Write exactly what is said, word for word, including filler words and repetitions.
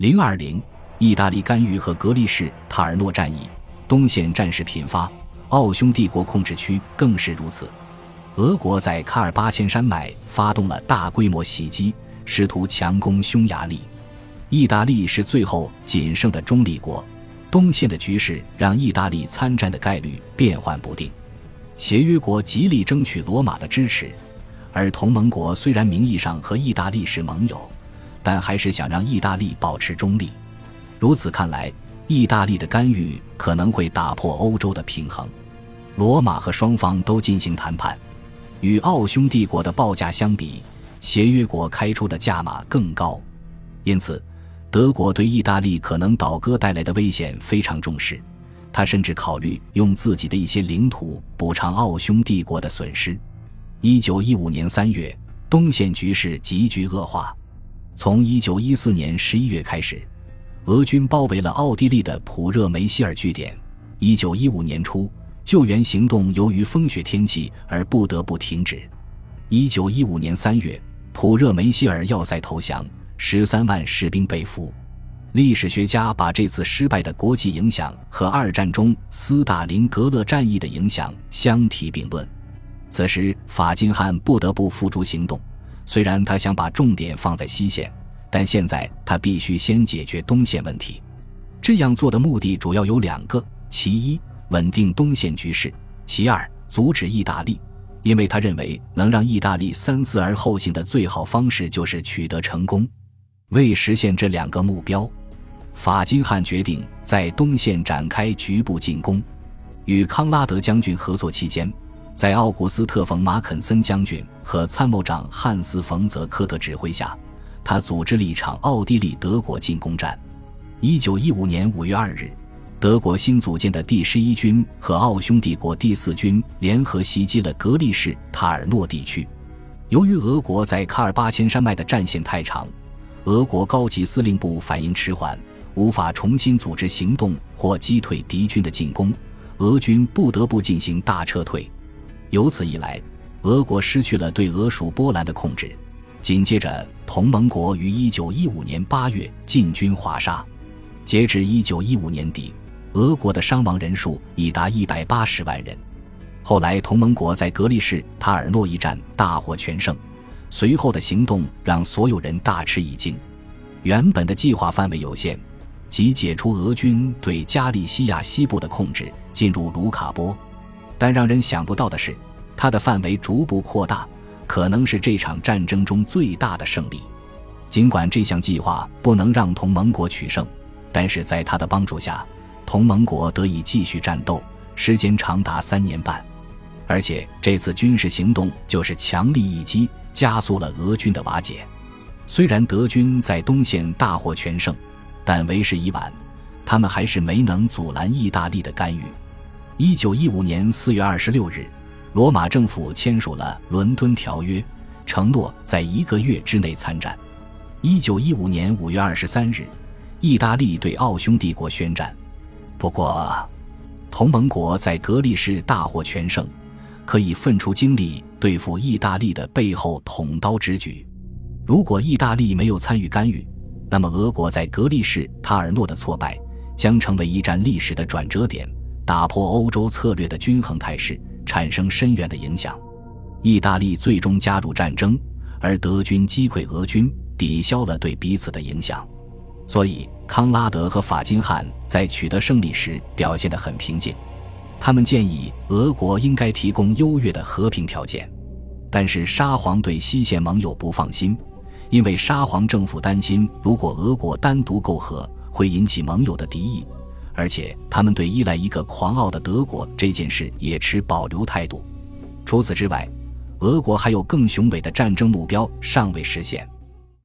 零二零意大利干预和格利士塔尔诺战役，东线战事频发，奥匈帝国控制区更是如此。俄国在喀尔巴阡山脉发动了大规模袭击，试图强攻匈牙利。意大利是最后仅剩的中立国，东线的局势让意大利参战的概率变幻不定。协约国极力争取罗马的支持，而同盟国虽然名义上和意大利是盟友，但还是想让意大利保持中立。如此看来，意大利的干预可能会打破欧洲的平衡。罗马和双方都进行谈判，与奥匈帝国的报价相比，协约国开出的价码更高，因此德国对意大利可能倒戈带来的危险非常重视，他甚至考虑用自己的一些领土补偿奥匈帝国的损失。一九一五年三月，东线局势急剧恶化。从一九一四年十一月开始，俄军包围了奥地利的普热梅希尔据点。一九一五年初，救援行动由于风雪天气而不得不停止。一九一五年三月，普热梅希尔要塞投降，十三万士兵被俘。历史学家把这次失败的国际影响和二战中斯大林格勒战役的影响相提并论。此时法金汉不得不付诸行动，虽然他想把重点放在西线，但现在他必须先解决东线问题。这样做的目的主要有两个，其一，稳定东线局势；其二，阻止意大利，因为他认为能让意大利三思而后行的最好方式就是取得成功。为实现这两个目标，法金汉决定在东线展开局部进攻。与康拉德将军合作期间，在奥古斯特·冯·马肯森将军和参谋长汉斯·冯·泽科特指挥下，他组织了一场奥地利德国进攻战。一九一五年五月二日，德国新组建的第十一军和奥匈帝国第四军联合袭击了格利士塔尔诺地区。由于俄国在喀尔巴阡山脉的战线太长，俄国高级司令部反应迟缓，无法重新组织行动或击退敌军的进攻，俄军不得不进行大撤退。由此一来，俄国失去了对俄属波兰的控制。紧接着，同盟国于一九一五年八月进军华沙。截至一九一五年底，俄国的伤亡人数已达一百八十万人。后来同盟国在格利士塔尔诺一战大获全胜，随后的行动让所有人大吃一惊。原本的计划范围有限，即解除俄军对加利西亚西部的控制，进入卢卡波。但让人想不到的是，它的范围逐步扩大，可能是这场战争中最大的胜利。尽管这项计划不能让同盟国取胜，但是在他的帮助下，同盟国得以继续战斗，时间长达三年半。而且这次军事行动就是强力一击，加速了俄军的瓦解。虽然德军在东线大获全胜，但为时已晚，他们还是没能阻拦意大利的干预。一九一五年四月二十六日，罗马政府签署了伦敦条约，承诺在一个月之内参战。一九一五年五月二十三日，意大利对奥匈帝国宣战。不过，同盟国在格利士大获全胜，可以分出精力对付意大利的背后捅刀之举。如果意大利没有参与干预，那么俄国在格利士塔尔诺的挫败将成为一战历史的转折点，打破欧洲策略的均衡态势，产生深远的影响。意大利最终加入战争，而德军击溃俄军，抵消了对彼此的影响。所以康拉德和法金汉在取得胜利时表现得很平静，他们建议俄国应该提供优越的和平条件。但是沙皇对西线盟友不放心，因为沙皇政府担心如果俄国单独媾和，会引起盟友的敌意，而且他们对依赖一个狂傲的德国这件事也持保留态度。除此之外，俄国还有更雄伟的战争目标尚未实现。